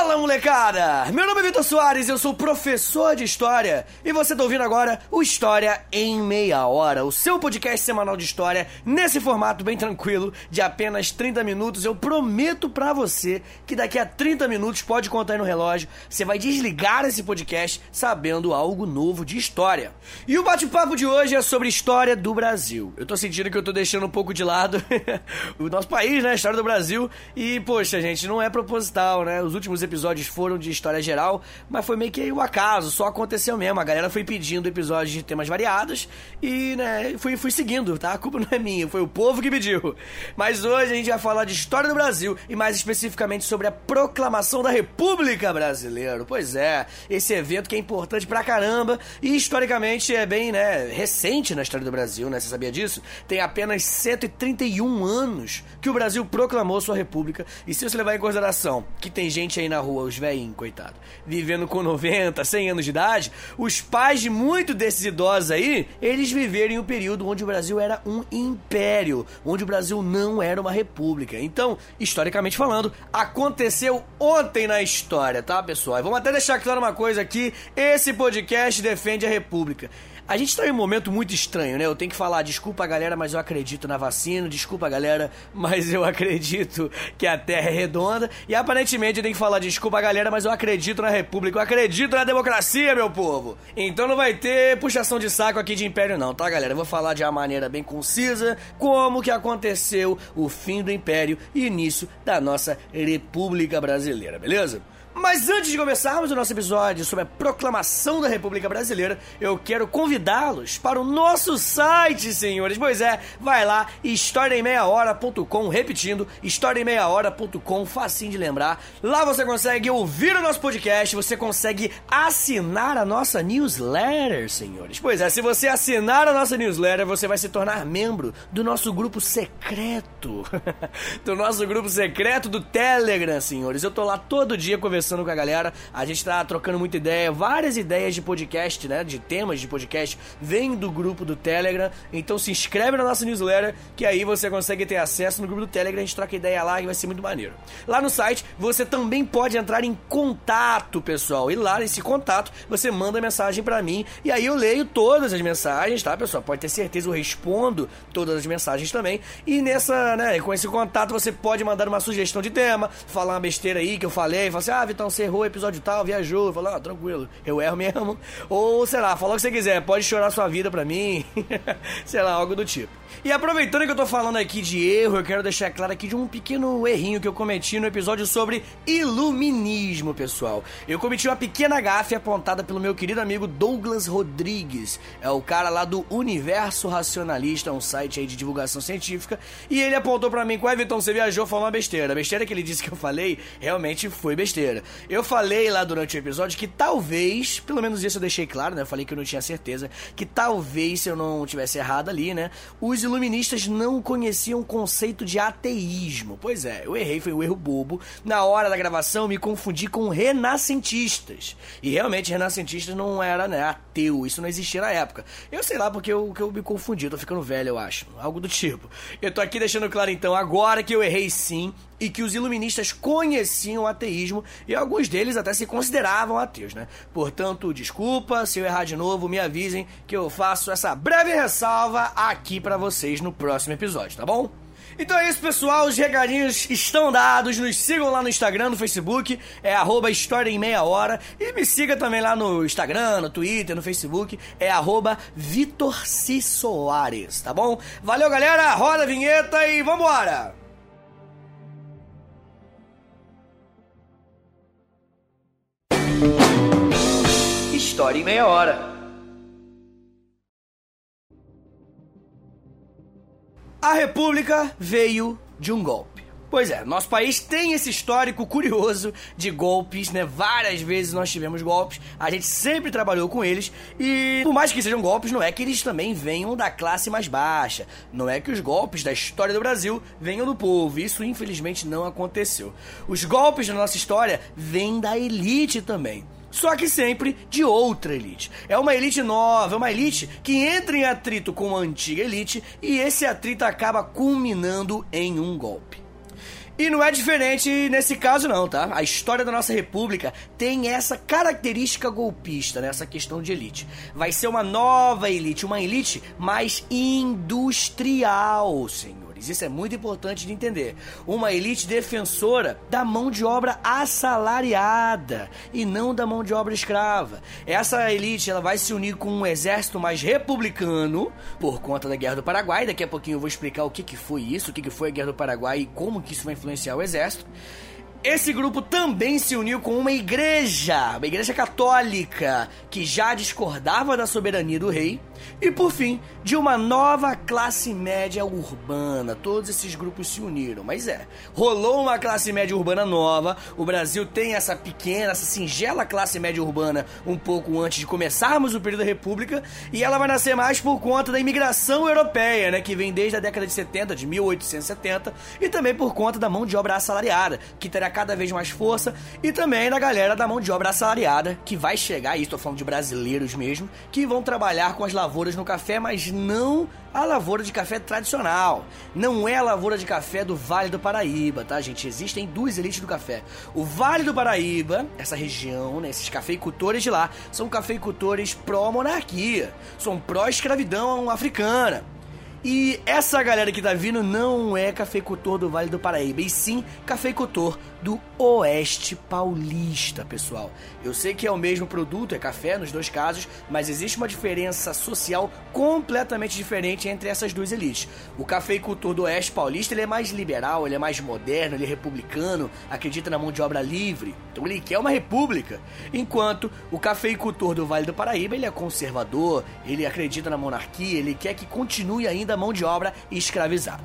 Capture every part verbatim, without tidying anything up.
Fala, molecada! Meu nome é Vitor Soares, eu sou professor de História e você tá ouvindo agora o História em Meia Hora, o seu podcast semanal de História nesse formato bem tranquilo de apenas trinta minutos. Eu prometo pra você que daqui a trinta minutos, pode contar aí no relógio, você vai desligar esse podcast sabendo algo novo de História. E o bate-papo de hoje é sobre História do Brasil. Eu tô sentindo que eu tô deixando um pouco de lado o nosso país, né? A História do Brasil. E, poxa, gente, não é proposital, né? Os últimos episódios foram de história geral, mas foi meio que o acaso, só aconteceu mesmo. A galera foi pedindo episódios de temas variados e, né, fui, fui seguindo, tá? A culpa não é minha, foi o povo que pediu. Mas hoje a gente vai falar de História do Brasil e mais especificamente sobre a Proclamação da República Brasileira. Pois é, esse evento que é importante pra caramba e historicamente é bem, né, recente na história do Brasil, né? Você sabia disso? Tem apenas cento e trinta e um anos que o Brasil proclamou sua república. E se você levar em consideração que tem gente aí na rua, os velhinhos, coitado, vivendo com noventa, cem anos de idade, os pais de muitos desses idosos aí, eles viveram em um período onde o Brasil era um império, onde o Brasil não era uma república. Então, historicamente falando, aconteceu ontem na história, tá, pessoal? E vamos até deixar claro uma coisa aqui, esse podcast defende a república. A gente tá em um momento muito estranho, né? Eu tenho que falar, desculpa galera, mas eu acredito na vacina, desculpa galera, mas eu acredito que a Terra é redonda, e aparentemente eu tenho que falar, desculpa galera, mas eu acredito na república, eu acredito na democracia, meu povo. Então não vai ter puxação de saco aqui de império não, tá galera? Eu vou falar de uma maneira bem concisa como que aconteceu o fim do império e início da nossa República Brasileira, beleza? Mas antes de começarmos o nosso episódio sobre a Proclamação da República Brasileira, eu quero convidá-los para o nosso site, senhores. Pois é, vai lá, história em meia hora ponto com, repetindo, história em meia hora ponto com, facinho de lembrar. Lá você consegue ouvir o nosso podcast, você consegue assinar a nossa newsletter, senhores. Pois é, se você assinar a nossa newsletter, você vai se tornar membro do nosso grupo secreto. do nosso grupo secreto do Telegram, senhores. Eu tô lá todo dia conversando conversando com a galera, a gente tá trocando muita ideia, várias ideias de podcast, né, de temas de podcast, vem do grupo do Telegram, então se inscreve na nossa newsletter, que aí você consegue ter acesso no grupo do Telegram, a gente troca ideia lá e vai ser muito maneiro. Lá no site, você também pode entrar em contato, pessoal, e lá nesse contato, você manda mensagem pra mim, e aí eu leio todas as mensagens, tá, pessoal? Pode ter certeza, eu respondo todas as mensagens também, e nessa, né, com esse contato, você pode mandar uma sugestão de tema, falar uma besteira aí que eu falei, falar assim, ah, então você errou o episódio tal, viajou, eu falo, ah, tranquilo, eu erro mesmo. Ou, sei lá, fala o que você quiser, pode chorar sua vida pra mim, sei lá, algo do tipo. E aproveitando que eu tô falando aqui de erro, eu quero deixar claro aqui de um pequeno errinho que eu cometi no episódio sobre iluminismo, pessoal. Eu cometi uma pequena gafe apontada pelo meu querido amigo Douglas Rodrigues. É o cara lá do Universo Racionalista, um site aí de divulgação científica, e ele apontou pra mim, ué, Vitão, você viajou, falou uma besteira. A besteira que ele disse que eu falei, realmente foi besteira. Eu falei lá durante o episódio que talvez, pelo menos isso eu deixei claro, né? Eu falei que eu não tinha certeza, que talvez, se eu não tivesse errado ali, né? Os iluministas não conheciam o conceito de ateísmo. Pois é, eu errei, foi um erro bobo. Na hora da gravação, me confundi com renascentistas. E realmente, renascentistas não era, né, ateu. Isso não existia na época. Eu sei lá porque eu, que eu me confundi. Eu tô ficando velho, eu acho. Algo do tipo. Eu tô aqui deixando claro, então, agora que eu errei sim, e que os iluministas conheciam o ateísmo e alguns deles até se consideravam ateus, né? Portanto, desculpa, se eu errar de novo, me avisem que eu faço essa breve ressalva aqui pra vocês no próximo episódio, tá bom? Então é isso, pessoal, os recadinhos estão dados, nos sigam lá no Instagram, no Facebook, é arroba História em Meia Hora, e me siga também lá no Instagram, no Twitter, no Facebook, é arroba Vitor C. Soares, tá bom? Valeu, galera, roda a vinheta e vambora! História em Meia Hora. A República veio de um golpe. Pois é, nosso país tem esse histórico curioso de golpes, né? Várias vezes nós tivemos golpes, a gente sempre trabalhou com eles e por mais que sejam golpes, não é que eles também venham da classe mais baixa. Não é que os golpes da história do Brasil venham do povo, isso infelizmente não aconteceu. Os golpes da nossa história vêm da elite também. Só que sempre de outra elite. É uma elite nova, é uma elite que entra em atrito com a antiga elite e esse atrito acaba culminando em um golpe. E não é diferente nesse caso não, tá? A história da nossa república tem essa característica golpista, né? Essa questão de elite. Vai ser uma nova elite, uma elite mais industrial, senhores. Isso é muito importante de entender. Uma elite defensora da mão de obra assalariada e não da mão de obra escrava. Essa elite ela vai se unir com um exército mais republicano por conta da Guerra do Paraguai. Daqui a pouquinho eu vou explicar o que, que foi isso, o que, que foi a Guerra do Paraguai e como que isso vai influenciar o exército. Esse grupo também se uniu com uma igreja, uma igreja católica, que já discordava da soberania do rei, e por fim, de uma nova classe média urbana. Todos esses grupos se uniram, mas é, rolou uma classe média urbana nova. O Brasil tem essa pequena, essa singela classe média urbana um pouco antes de começarmos o período da República, e ela vai nascer mais por conta da imigração europeia, né, que vem desde a década de setenta, de mil oitocentos e setenta, e também por conta da mão de obra assalariada, que terá cada vez mais força, e também da galera da mão de obra assalariada, que vai chegar, e estou falando de brasileiros mesmo, que vão trabalhar com as lavouras no café, mas não a lavoura de café tradicional. Não é a lavoura de café do Vale do Paraíba, tá, gente? Existem duas elites do café. O Vale do Paraíba, essa região, né, esses cafeicultores de lá, são cafeicultores pró-monarquia, são pró-escravidão africana. E essa galera que tá vindo não é cafeicultor do Vale do Paraíba, e sim cafeicultor do Oeste Paulista, pessoal. Eu sei que é o mesmo produto, é café nos dois casos, mas existe uma diferença social completamente diferente entre essas duas elites. O cafeicultor do Oeste Paulista, ele é mais liberal, ele é mais moderno, ele é republicano, acredita na mão de obra livre, então ele quer uma república. Enquanto o cafeicultor do Vale do Paraíba, ele é conservador, ele acredita na monarquia, ele quer que continue ainda a mão de obra escravizada.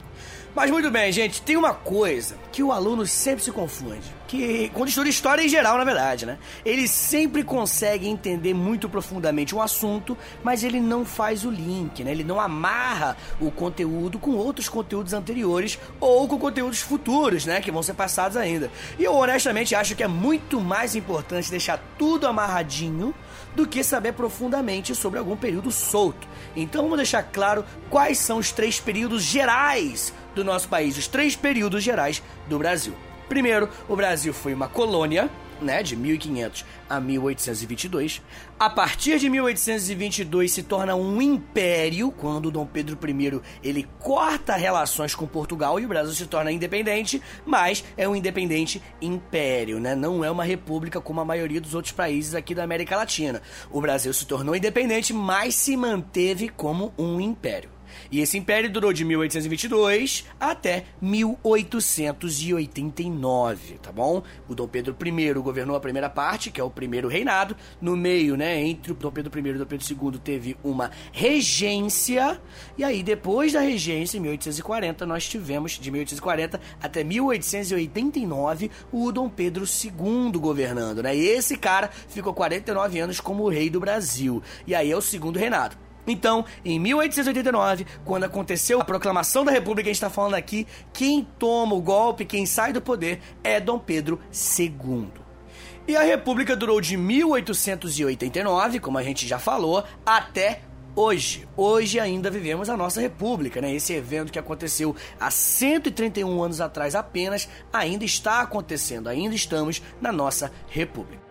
Mas muito bem, gente, tem uma coisa que o aluno sempre se confunde, que quando estuda história em geral, na verdade, né? Ele sempre consegue entender muito profundamente um assunto, mas ele não faz o link, né? Ele não amarra o conteúdo com outros conteúdos anteriores ou com conteúdos futuros, né? Que vão ser passados ainda. E eu honestamente acho que é muito mais importante deixar tudo amarradinho do que saber profundamente sobre algum período solto. Então vamos deixar claro quais são os três períodos gerais do nosso país, os três períodos gerais do Brasil. Primeiro, o Brasil foi uma colônia, né, de mil e quinhentos a mil oitocentos e vinte e dois. A partir de mil oitocentos e vinte e dois se torna um império, quando Dom Pedro I ele corta relações com Portugal e o Brasil se torna independente, mas é um independente império, né? Não é uma república como a maioria dos outros países aqui da América Latina. O Brasil se tornou independente, mas se manteve como um império. E esse império durou de mil oitocentos e vinte e dois até mil oitocentos e oitenta e nove, tá bom? O Dom Pedro I governou a primeira parte, que é o primeiro reinado. No meio, né, entre o Dom Pedro I e o Dom Pedro segundo teve uma regência. E aí, depois da regência, em mil oitocentos e quarenta, nós tivemos, de mil oitocentos e quarenta até mil oitocentos e oitenta e nove, o Dom Pedro segundo governando, né? E esse cara ficou quarenta e nove anos como rei do Brasil. E aí é o segundo reinado. Então, em mil oitocentos e oitenta e nove, quando aconteceu a proclamação da República, a gente está falando aqui, quem toma o golpe, quem sai do poder é Dom Pedro segundo. E a República durou de mil oitocentos e oitenta e nove, como a gente já falou, até hoje. Hoje ainda vivemos a nossa República, né? Esse evento que aconteceu há cento e trinta e um anos atrás apenas, ainda está acontecendo, ainda estamos na nossa República.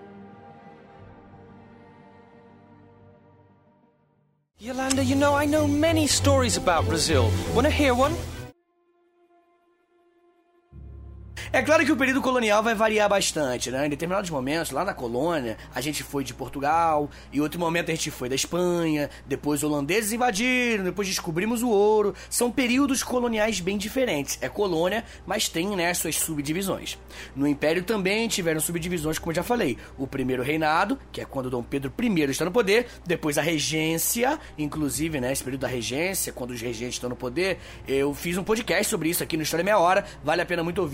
Yolanda, you know, I know many stories about Brazil. Wanna hear one? É claro que o período colonial vai variar bastante, né? Em determinados momentos, lá na colônia, a gente foi de Portugal, em outro momento a gente foi da Espanha, depois holandeses invadiram, depois descobrimos o ouro. São períodos coloniais bem diferentes. É colônia, mas tem, né, suas subdivisões. No Império também tiveram subdivisões, como eu já falei. O primeiro reinado, que é quando Dom Pedro I está no poder, depois a regência, inclusive, né, esse período da regência, quando os regentes estão no poder. Eu fiz um podcast sobre isso aqui no História Meia Hora, vale a pena muito ouvir, sobre as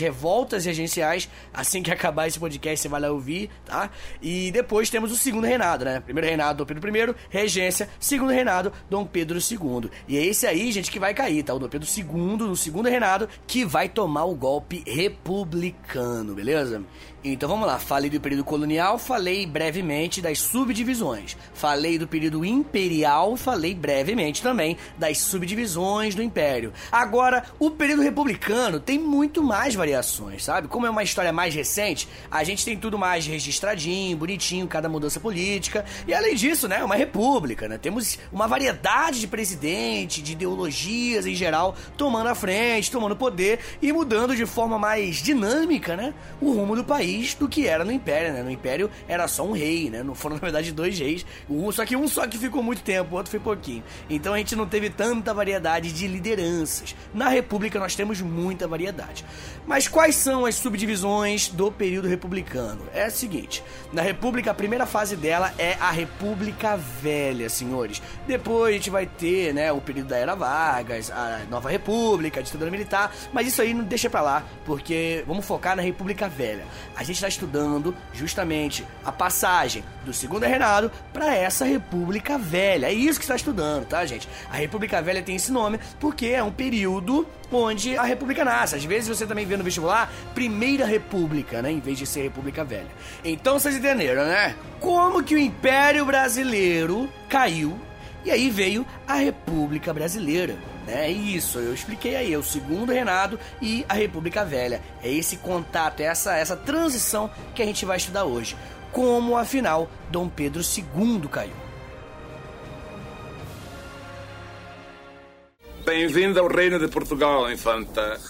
revoltas regenciais. Assim que acabar esse podcast, você vai lá ouvir, tá? E depois temos o segundo reinado, né? Primeiro reinado, Dom Pedro I, regência. Segundo reinado, Dom Pedro segundo. E é esse aí, gente, que vai cair, tá? O Dom Pedro segundo, no segundo reinado, que vai tomar o golpe republicano, beleza? Então vamos lá, falei do período colonial, falei brevemente das subdivisões. Falei do período imperial, falei brevemente também das subdivisões do império. Agora, o período republicano tem muito mais variações, sabe? Como é uma história mais recente, a gente tem tudo mais registradinho, bonitinho, cada mudança política. E além disso, né, é uma república, né? Temos uma variedade de presidente, de ideologias em geral, tomando a frente, tomando poder e mudando de forma mais dinâmica, né, o rumo do país do que era no Império, né? No Império era só um rei, né? Não foram, na verdade, dois reis. Um, só que um só que ficou muito tempo, o outro foi pouquinho. Então a gente não teve tanta variedade de lideranças. Na República nós temos muita variedade. Mas quais são as subdivisões do período republicano? É o seguinte, na República, a primeira fase dela é a República Velha, senhores. Depois a gente vai ter, né, o período da Era Vargas, a Nova República, a ditadura militar, mas isso aí não deixa pra lá, porque vamos focar na República Velha. A gente está estudando justamente a passagem do segundo reinado para essa República Velha. É isso que está estudando, tá, gente? A República Velha tem esse nome porque é um período onde a República nasce. Às vezes você também vê no vestibular Primeira República, né? Em vez de ser República Velha. Então vocês entenderam, né? Como que o Império Brasileiro caiu e aí veio a República Brasileira. É isso, eu expliquei aí, é o segundo reinado e a República Velha. É esse contato, é essa, essa transição que a gente vai estudar hoje. Como, afinal, Dom Pedro segundo caiu. Bem-vindo ao Reino de Portugal, infanta.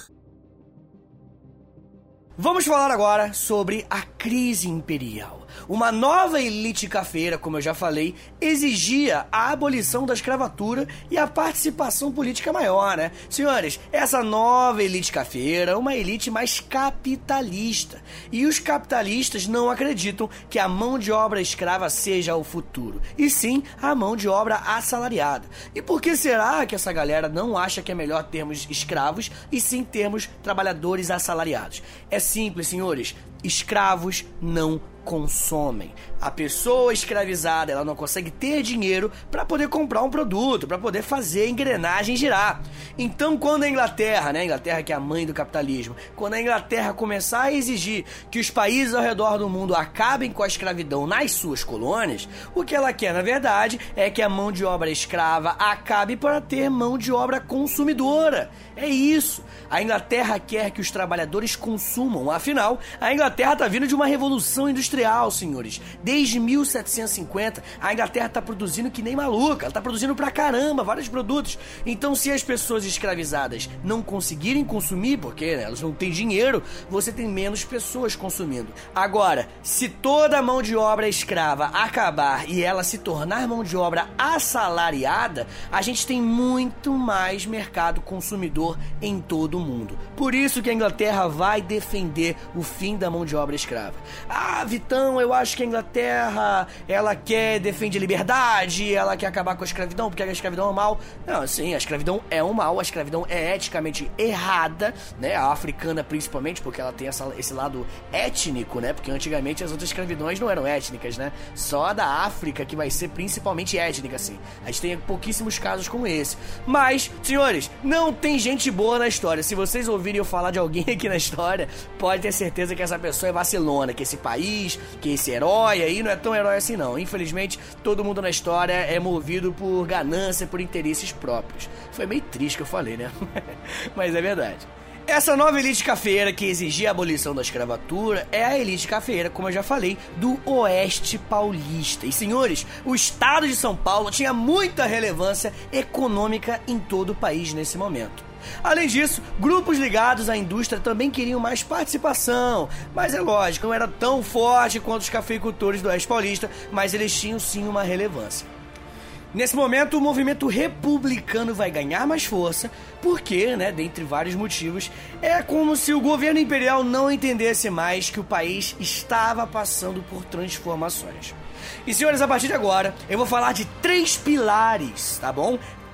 Vamos falar agora sobre a crise imperial. Uma nova elite cafeira, como eu já falei, exigia a abolição da escravatura e a participação política maior, né? Senhores, essa nova elite cafeira é uma elite mais capitalista. E os capitalistas não acreditam que a mão de obra escrava seja o futuro, e sim a mão de obra assalariada. E por que será que essa galera não acha que é melhor termos escravos e sim termos trabalhadores assalariados? É simples, senhores. Escravos não consomem. A pessoa escravizada, ela não consegue ter dinheiro para poder comprar um produto, para poder fazer a engrenagem girar. Então, quando a Inglaterra, né, a Inglaterra que é a mãe do capitalismo, quando a Inglaterra começar a exigir que os países ao redor do mundo acabem com a escravidão nas suas colônias, o que ela quer, na verdade, é que a mão de obra escrava acabe para ter mão de obra consumidora. É isso. A Inglaterra quer que os trabalhadores consumam. Afinal, a Inglaterra está vindo de uma revolução industrial, senhores. Desde mil setecentos e cinquenta, a Inglaterra está produzindo que nem maluca. Ela está produzindo pra caramba vários produtos. Então, se as pessoas escravizadas não conseguirem consumir, porque né, elas não têm dinheiro, você tem menos pessoas consumindo. Agora, se toda a mão de obra escrava acabar e ela se tornar mão de obra assalariada, a gente tem muito mais mercado consumidor em todo o mundo. Por isso que a Inglaterra vai defender o fim da mão de obra escrava. Ah, Vitão, eu acho que a Inglaterra, ela quer defender liberdade, ela quer acabar com a escravidão, porque a escravidão é um mal. Não, sim, a escravidão é um mal, a escravidão é eticamente errada, né? A africana principalmente, porque ela tem essa, esse lado étnico, né? Porque antigamente as outras escravidões não eram étnicas, né? Só a da África que vai ser principalmente étnica, assim. A gente tem pouquíssimos casos como esse. Mas, senhores, não tem gente boa na história. Se vocês ouvirem eu falar de alguém aqui na história, pode ter certeza que essa pessoa é vacilona, que esse país, que esse herói aí não é tão herói assim não. Infelizmente, todo mundo na história é movido por ganância, por interesses próprios. Foi meio triste que eu falei, né? Mas é verdade. Essa nova elite cafeira que exigia a abolição da escravatura é a elite cafeira, como eu já falei, do Oeste Paulista. E, senhores, o estado de São Paulo tinha muita relevância econômica em todo o país nesse momento. Além disso, grupos ligados à indústria também queriam mais participação, mas é lógico, não era tão forte quanto os cafeicultores do Oeste Paulista, mas eles tinham sim uma relevância. Nesse momento, o movimento republicano vai ganhar mais força, porque, né, dentre vários motivos, é como se o governo imperial não entendesse mais que o país estava passando por transformações. E, senhores, a partir de agora, eu vou falar de três pilares, tá bom?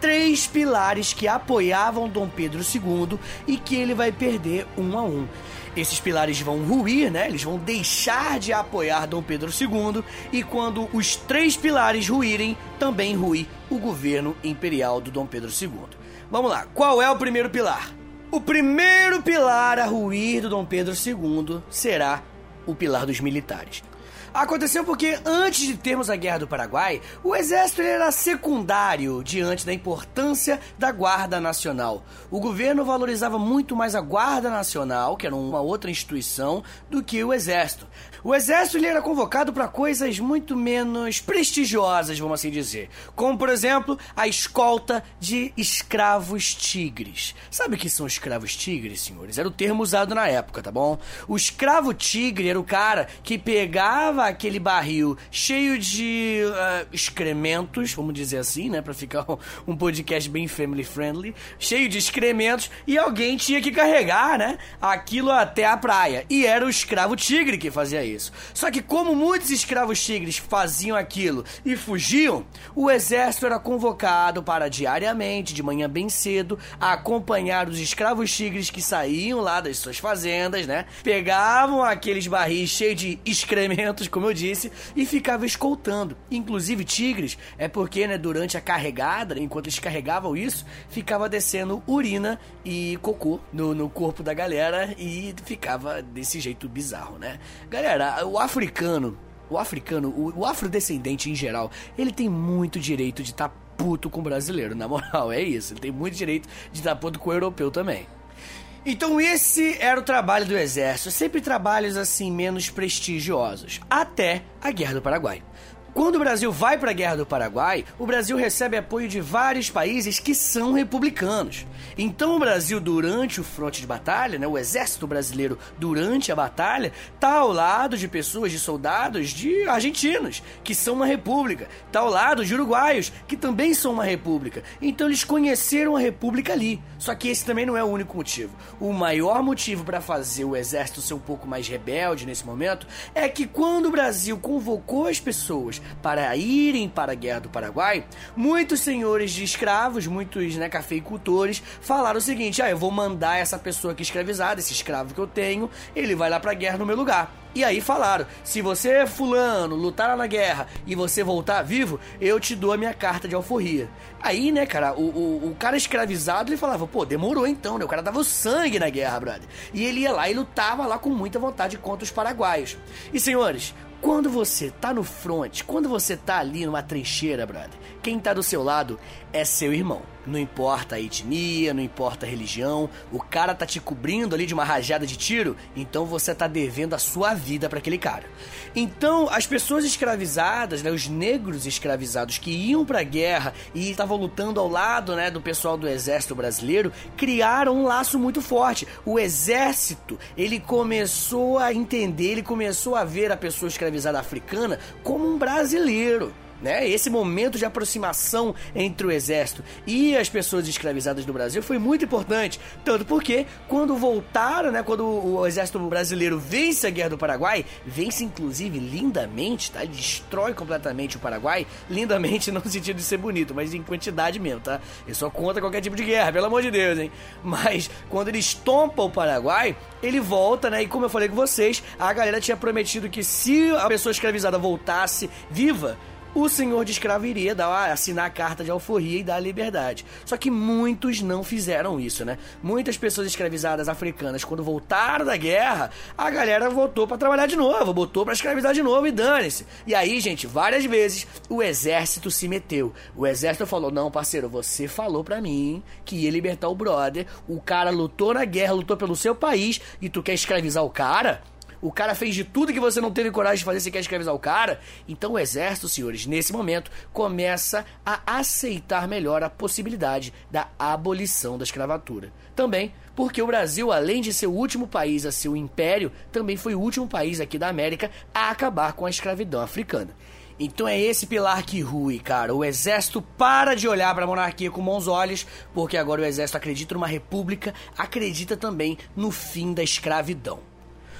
três pilares que apoiavam Dom Pedro segundo e que ele vai perder um a um. Esses pilares vão ruir, né? Eles vão deixar de apoiar Dom Pedro segundo e quando os três pilares ruírem, também rui o governo imperial do Dom Pedro segundo. Vamos lá, qual é o primeiro pilar? O primeiro pilar a ruir do Dom Pedro segundo será o pilar dos militares. Aconteceu porque antes de termos a Guerra do Paraguai, o exército era secundário diante da importância da Guarda Nacional. O governo valorizava muito mais a Guarda Nacional, que era uma outra instituição, do que o exército. O exército ele era convocado para coisas muito menos prestigiosas, vamos assim dizer. Como, por exemplo, a escolta de escravos tigres. Sabe o que são escravos tigres, senhores? Era o termo usado na época, tá bom? O escravo tigre era o cara que pegava aquele barril cheio de uh, excrementos, vamos dizer assim, né, pra ficar um, um podcast bem family friendly, cheio de excrementos, e alguém tinha que carregar, né, aquilo até a praia, e era o escravo tigre que fazia isso. Só que como muitos escravos tigres faziam aquilo e fugiam, o exército era convocado para diariamente, de manhã bem cedo, acompanhar os escravos tigres que saíam lá das suas fazendas, né, pegavam aqueles barris cheios de excrementos, como eu disse, e ficava escoltando. Inclusive tigres, é porque, né, durante a carregada, enquanto eles carregavam isso, ficava descendo urina e cocô no, no corpo da galera e ficava desse jeito bizarro, né? Galera, o africano, o africano, o, o afrodescendente em geral, ele tem muito direito de estar tá puto com o brasileiro, na moral, é isso. Ele tem muito direito de estar tá puto com o europeu também. Então esse era o trabalho do exército, sempre trabalhos assim menos prestigiosos, até a Guerra do Paraguai. Quando o Brasil vai para a Guerra do Paraguai, o Brasil recebe apoio de vários países que são republicanos. Então o Brasil, durante o fronte de batalha, né, o exército brasileiro durante a batalha, tá ao lado de pessoas, de soldados, de argentinos, que são uma república. Tá ao lado de uruguaios, que também são uma república. Então eles conheceram a república ali. Só que esse também não é o único motivo. O maior motivo para fazer o exército ser um pouco mais rebelde nesse momento é que quando o Brasil convocou as pessoas para irem para a Guerra do Paraguai, muitos senhores de escravos, muitos, né, cafeicultores, falaram o seguinte: ah, eu vou mandar essa pessoa aqui escravizada, esse escravo que eu tenho, ele vai lá para a guerra no meu lugar. E aí falaram: se você, fulano, lutar lá na guerra e você voltar vivo, eu te dou a minha carta de alforria. Aí, né, cara, o, o, o cara escravizado, ele falava: pô, demorou então, né? O cara dava o sangue na guerra, brother. E ele ia lá e lutava lá com muita vontade contra os paraguaios. E, senhores, quando você tá no front, quando você tá ali numa trincheira, brother, quem tá do seu lado é seu irmão. Não importa a etnia, não importa a religião, o cara tá te cobrindo ali de uma rajada de tiro, então você tá devendo a sua vida pra aquele cara. Então, as pessoas escravizadas, né, os negros escravizados que iam pra guerra e estavam lutando ao lado, né, do pessoal do exército brasileiro, criaram um laço muito forte. O exército, ele começou a entender, ele começou a ver a pessoa escravizada africana como um brasileiro. Né? Esse momento de aproximação entre o exército e as pessoas escravizadas do Brasil foi muito importante, tanto porque quando voltaram, né, quando o exército brasileiro vence a Guerra do Paraguai, vence inclusive lindamente, tá? Ele destrói completamente o Paraguai, lindamente não no sentido de ser bonito, mas em quantidade mesmo, tá? Ele só conta qualquer tipo de guerra, pelo amor de Deus, hein? Mas quando ele estompa o Paraguai, ele volta, né? E como eu falei com vocês, a galera tinha prometido que se a pessoa escravizada voltasse viva, o senhor de escravo iria dar, assinar a carta de alforria e dar a liberdade. Só que muitos não fizeram isso, né? Muitas pessoas escravizadas africanas, quando voltaram da guerra, a galera voltou pra trabalhar de novo, botou pra escravizar de novo e dane-se. E aí, gente, várias vezes o exército se meteu. O exército falou: não, parceiro, você falou pra mim que ia libertar o brother, o cara lutou na guerra, lutou pelo seu país, e tu quer escravizar o cara? O cara fez de tudo que você não teve coragem de fazer, você quer escravizar o cara? Então o exército, senhores, nesse momento, começa a aceitar melhor a possibilidade da abolição da escravatura. Também porque o Brasil, além de ser o último país a ser o império, também foi o último país aqui da América a acabar com a escravidão africana. Então é esse pilar que rui, cara. O exército para de olhar para a monarquia com bons olhos, porque agora o exército acredita numa república, acredita também no fim da escravidão.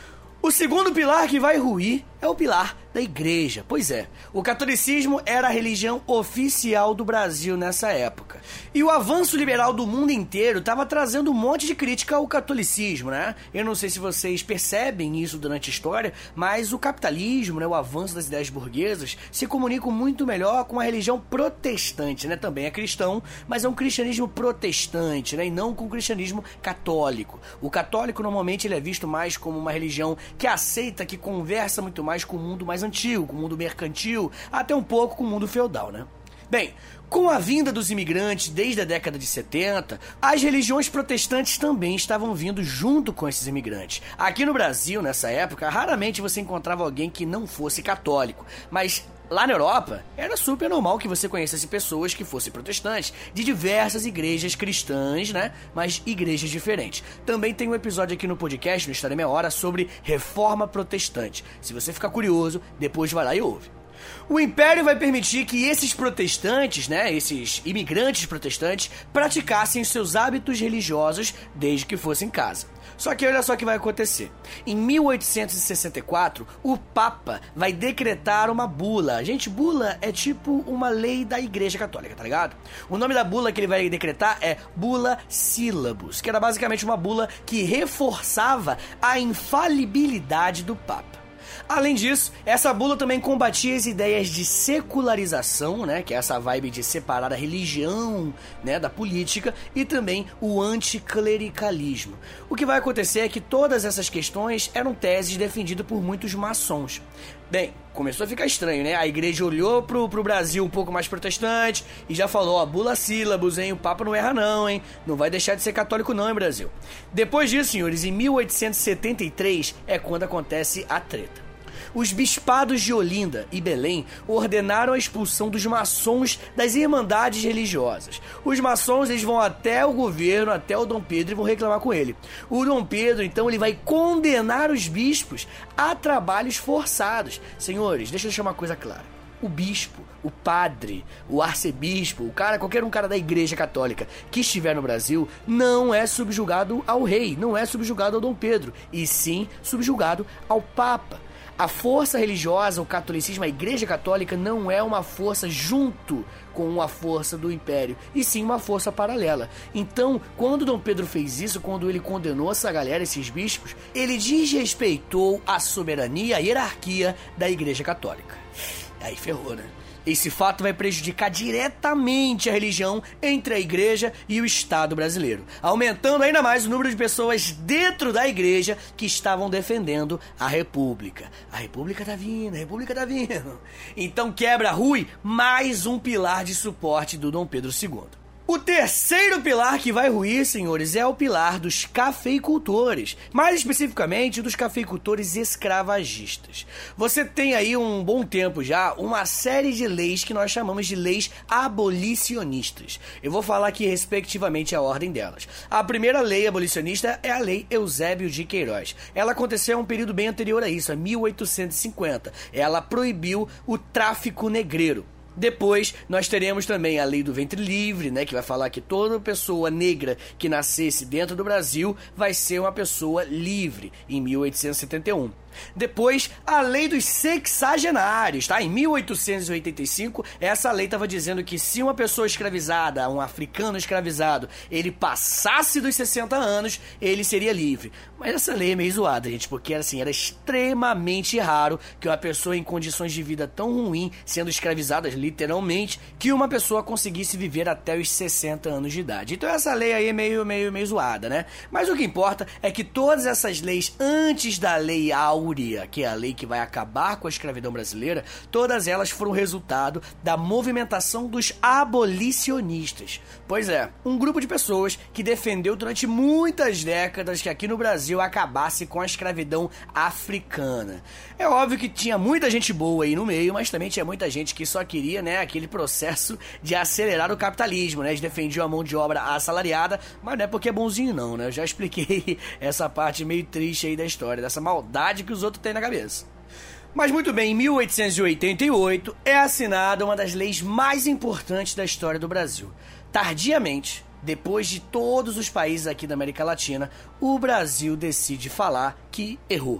O segundo pilar que vai ruir é o pilar da igreja. Pois é, o catolicismo era a religião oficial do Brasil nessa época. E o avanço liberal do mundo inteiro estava trazendo um monte de crítica ao catolicismo, né? Eu não sei se vocês percebem isso durante a história, mas o capitalismo, né, o avanço das ideias burguesas, se comunicam muito melhor com a religião protestante, né? Também é cristão, mas é um cristianismo protestante, né? E não com o cristianismo católico. O católico, normalmente, ele é visto mais como uma religião que aceita, que conversa muito mais com o mundo mais antigo, com o mundo mercantil, até um pouco com o mundo feudal, né? Bem, com a vinda dos imigrantes desde a década de setenta, as religiões protestantes também estavam vindo junto com esses imigrantes. Aqui no Brasil, nessa época, raramente você encontrava alguém que não fosse católico, mas lá na Europa, era super normal que você conhecesse pessoas que fossem protestantes, de diversas igrejas cristãs, né? Mas igrejas diferentes. Também tem um episódio aqui no podcast, no História em Meia Hora, sobre reforma protestante. Se você ficar curioso, depois vai lá e ouve. O Império vai permitir que esses protestantes, né, esses imigrantes protestantes, praticassem os seus hábitos religiosos desde que fossem em casa. Só que olha só o que vai acontecer. Em mil oitocentos e sessenta e quatro, o Papa vai decretar uma bula. Gente, bula é tipo uma lei da Igreja Católica, tá ligado? O nome da bula que ele vai decretar é Bula Syllabus, que era basicamente uma bula que reforçava a infalibilidade do Papa. Além disso, essa bula também combatia as ideias de secularização, né, que é essa vibe de separar a religião, né, da política, e também o anticlericalismo. O que vai acontecer é que todas essas questões eram teses defendidas por muitos maçons. Bem, começou a ficar estranho, né? A igreja olhou pro, pro Brasil um pouco mais protestante e já falou, ó, Bula Syllabus, hein? O Papa não erra não, hein? Não vai deixar de ser católico não, hein, Brasil? Depois disso, senhores, em mil oitocentos e setenta e três é quando acontece a treta. Os bispados de Olinda e Belém ordenaram a expulsão dos maçons das irmandades religiosas. Os maçons, eles vão até o governo, até o Dom Pedro e vão reclamar com ele. O Dom Pedro, então, ele vai condenar os bispos a trabalhos forçados. Senhores, deixa eu deixar uma coisa clara. O bispo, o padre, o arcebispo, o cara, qualquer um cara da Igreja Católica que estiver no Brasil não é subjugado ao rei, não é subjugado ao Dom Pedro, e sim subjugado ao Papa. A força religiosa, o catolicismo, a Igreja Católica não é uma força junto com a força do Império, e sim uma força paralela. Então, quando Dom Pedro fez isso, quando ele condenou essa galera, esses bispos, ele desrespeitou a soberania, a hierarquia da Igreja Católica. Aí ferrou, né? Esse fato vai prejudicar diretamente a religião entre a igreja e o Estado brasileiro, aumentando ainda mais o número de pessoas dentro da igreja que estavam defendendo a República. A República tá vindo, a República tá vindo. Então quebra, rui, mais um pilar de suporte do Dom Pedro segundo. O terceiro pilar que vai ruir, senhores, é o pilar dos cafeicultores, mais especificamente dos cafeicultores escravagistas. Você tem aí um bom tempo já uma série de leis que nós chamamos de leis abolicionistas. Eu vou falar aqui respectivamente a ordem delas. A primeira lei abolicionista é a Lei Eusébio de Queiroz. Ela aconteceu em um período bem anterior a isso, a mil oitocentos e cinquenta. Ela proibiu o tráfico negreiro. Depois, nós teremos também a Lei do Ventre Livre, né, que vai falar que toda pessoa negra que nascesse dentro do Brasil vai ser uma pessoa livre, em mil oitocentos e setenta e um. Depois, a Lei dos Sexagenários, tá? Em mil oitocentos e oitenta e cinco, essa lei estava dizendo que se uma pessoa escravizada, um africano escravizado, ele passasse dos sessenta anos, ele seria livre. Mas essa lei é meio zoada, gente, porque assim, era extremamente raro que uma pessoa em condições de vida tão ruim, sendo escravizada literalmente, que uma pessoa conseguisse viver até os sessenta anos de idade. Então essa lei aí é meio, meio, meio zoada, né? Mas o que importa é que todas essas leis antes da Lei Áurea, que é a lei que vai acabar com a escravidão brasileira, todas elas foram resultado da movimentação dos abolicionistas. Pois é, um grupo de pessoas que defendeu durante muitas décadas que aqui no Brasil acabasse com a escravidão africana. É óbvio que tinha muita gente boa aí no meio, mas também tinha muita gente que só queria, né, aquele processo de acelerar o capitalismo, né? Eles defendiam a mão de obra assalariada, mas não é porque é bonzinho não, né? Eu já expliquei essa parte meio triste aí da história, dessa maldade que os outros têm na cabeça. Mas muito bem, em mil oitocentos e oitenta e oito é assinada uma das leis mais importantes da história do Brasil. Tardiamente, depois de todos os países aqui da América Latina, o Brasil decide falar que errou.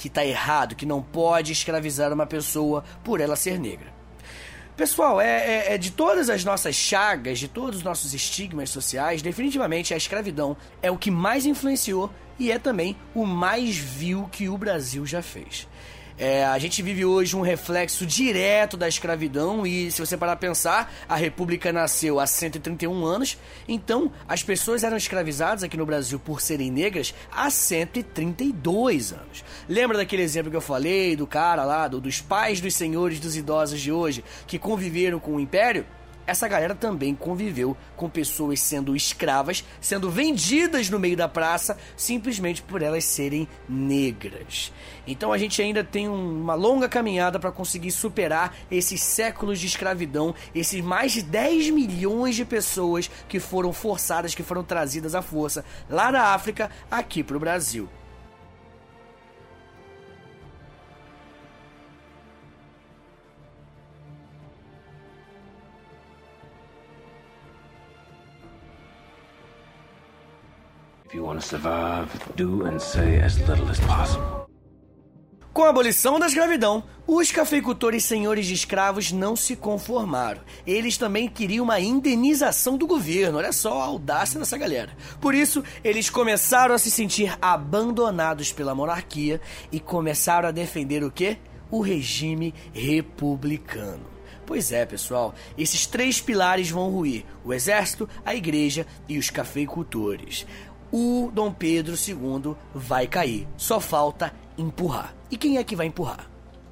que tá errado, que não pode escravizar uma pessoa por ela ser negra. Pessoal, é, é, é de todas as nossas chagas, de todos os nossos estigmas sociais, definitivamente a escravidão é o que mais influenciou e é também o mais vil que o Brasil já fez. É, a gente vive hoje um reflexo direto da escravidão e, se você parar a pensar, a República nasceu há cento e trinta e um anos, então as pessoas eram escravizadas aqui no Brasil por serem negras há cento e trinta e dois anos. Lembra daquele exemplo que eu falei, do cara lá, do, dos pais dos senhores dos idosos de hoje, que conviveram com o Império? Essa galera também conviveu com pessoas sendo escravas, sendo vendidas no meio da praça, simplesmente por elas serem negras. Então a gente ainda tem uma longa caminhada para conseguir superar esses séculos de escravidão, esses mais de dez milhões de pessoas que foram forçadas, que foram trazidas à força lá da África aqui para o Brasil. If you want to survive, do and say as little as possible. Com a abolição da escravidão, os cafeicultores senhores de escravos não se conformaram. Eles também queriam uma indenização do governo. Olha só a audácia dessa galera. Por isso, eles começaram a se sentir abandonados pela monarquia e começaram a defender o quê? O regime republicano. Pois é, pessoal, esses três pilares vão ruir: o exército, a igreja e os cafeicultores. O Dom Pedro segundo vai cair, só falta empurrar. E quem é que vai empurrar?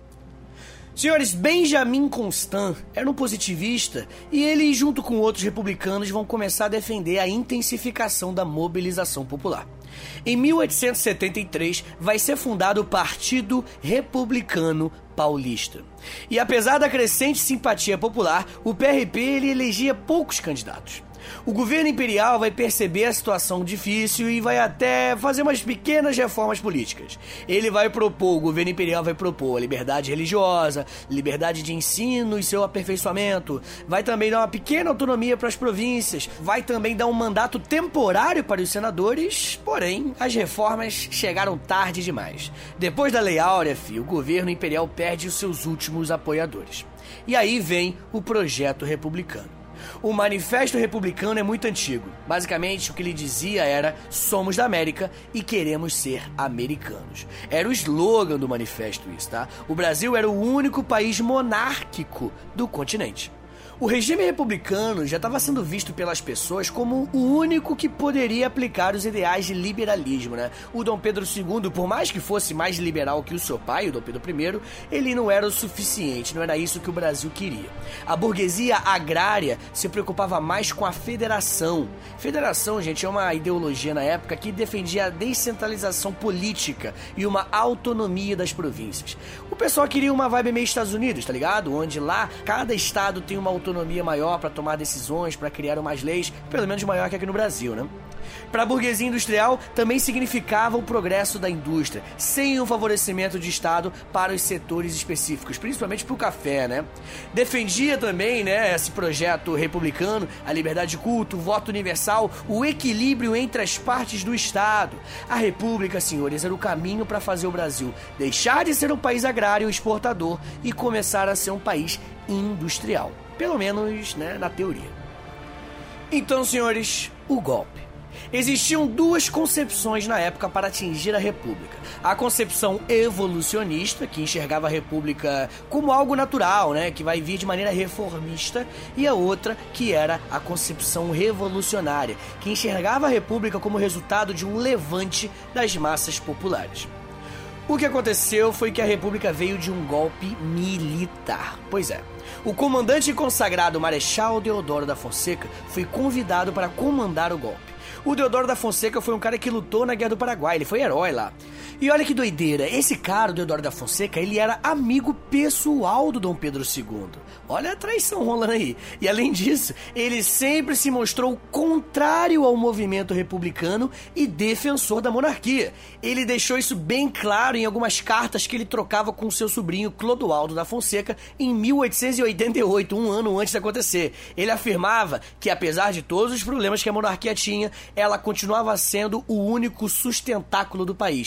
Senhores, Benjamin Constant era um positivista e ele, junto com outros republicanos, vão começar a defender a intensificação da mobilização popular. Em mil oitocentos e setenta e três vai ser fundado o Partido Republicano Paulista. E apesar da crescente simpatia popular, o P R P ele elegia poucos candidatos. O governo imperial vai perceber a situação difícil e vai até fazer umas pequenas reformas políticas. Ele vai propor, o governo imperial vai propor a liberdade religiosa, liberdade de ensino e seu aperfeiçoamento, vai também dar uma pequena autonomia para as províncias, vai também dar um mandato temporário para os senadores, porém, as reformas chegaram tarde demais. Depois da Lei Áurea, filho, o governo imperial perde os seus últimos apoiadores. E aí vem o projeto republicano. O Manifesto Republicano é muito antigo. Basicamente, o que ele dizia era: somos da América e queremos ser americanos. Era o slogan do manifesto isso, tá? O Brasil era o único país monárquico do continente. O regime republicano já estava sendo visto pelas pessoas como o único que poderia aplicar os ideais de liberalismo, né? O Dom Pedro segundo, por mais que fosse mais liberal que o seu pai, o Dom Pedro primeiro, ele não era o suficiente, não era isso que o Brasil queria. A burguesia agrária se preocupava mais com a federação. Federação, gente, é uma ideologia na época que defendia a descentralização política e uma autonomia das províncias. O pessoal queria uma vibe meio Estados Unidos, tá ligado? Onde lá, cada estado tem uma autonomia autonomia maior para tomar decisões, para criar umas leis, pelo menos maior que aqui no Brasil, né? Para a burguesia industrial, também significava o progresso da indústria, sem um favorecimento de Estado para os setores específicos, principalmente para o café, né? Defendia também, né, esse projeto republicano, a liberdade de culto, o voto universal, o equilíbrio entre as partes do Estado. A República, senhores, era o caminho para fazer o Brasil deixar de ser um país agrário exportador e começar a ser um país industrial. Pelo menos, né, na teoria. Então, senhores, o golpe. Existiam duas concepções na época para atingir a República. A concepção evolucionista, que enxergava a República como algo natural, né, que vai vir de maneira reformista, e a outra, que era a concepção revolucionária, que enxergava a República como resultado de um levante das massas populares. O que aconteceu foi que a República veio de um golpe militar. Pois é. O comandante consagrado Marechal Deodoro da Fonseca foi convidado para comandar o golpe. O Deodoro da Fonseca foi um cara que lutou na Guerra do Paraguai, ele foi herói lá. E olha que doideira, esse cara, o Deodoro da Fonseca, ele era amigo pessoal do Dom Pedro segundo. Olha a traição rolando aí. E além disso, ele sempre se mostrou contrário ao movimento republicano e defensor da monarquia. Ele deixou isso bem claro em algumas cartas que ele trocava com seu sobrinho Clodoaldo da Fonseca em mil oitocentos e oitenta e oito, um ano antes de acontecer. Ele afirmava que, apesar de todos os problemas que a monarquia tinha, ela continuava sendo o único sustentáculo do país. E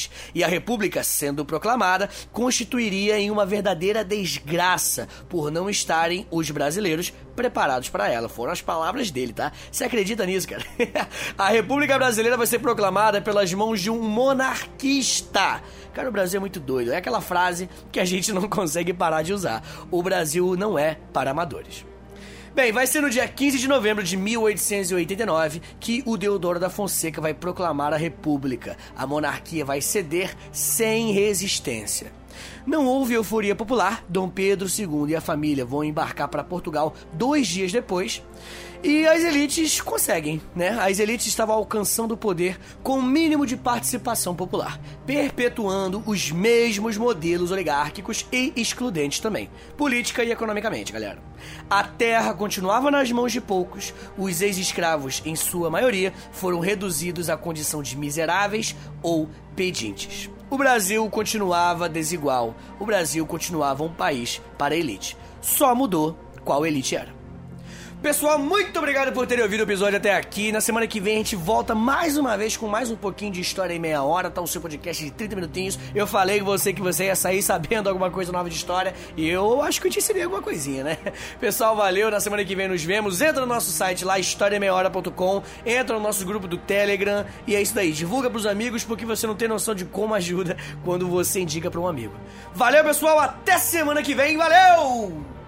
E a República, sendo proclamada, constituiria em uma verdadeira desgraça por não estarem os brasileiros preparados para ela. Foram as palavras dele, tá? Você acredita nisso, cara? A República Brasileira vai ser proclamada pelas mãos de um monarquista. Cara, o Brasil é muito doido. É aquela frase que a gente não consegue parar de usar. O Brasil não é para amadores. Bem, vai ser no dia quinze de novembro de mil oitocentos e oitenta e nove que o Deodoro da Fonseca vai proclamar a República. A monarquia vai ceder sem resistência. Não houve euforia popular. Dom Pedro segundo e a família vão embarcar para Portugal dois dias depois. E as elites conseguem, né? As elites estavam alcançando o poder com o mínimo de participação popular, perpetuando os mesmos modelos oligárquicos e excludentes também, política e economicamente, galera. A terra continuava nas mãos de poucos, os ex-escravos, em sua maioria, foram reduzidos à condição de miseráveis ou pedintes. O Brasil continuava desigual, o Brasil continuava um país para a elite. Só mudou qual elite era. Pessoal, muito obrigado por terem ouvido o episódio até aqui. Na semana que vem a gente volta mais uma vez com mais um pouquinho de história em meia hora, tá? O seu podcast de trinta minutinhos. Eu falei com você que você ia sair sabendo alguma coisa nova de história e eu acho que eu te ensinei alguma coisinha, né? Pessoal, valeu. Na semana que vem nos vemos. Entra no nosso site lá, história meia hora ponto com. Entra no nosso grupo do Telegram. E é isso daí. Divulga pros amigos porque você não tem noção de como ajuda quando você indica pra um amigo. Valeu, pessoal. Até semana que vem. Valeu!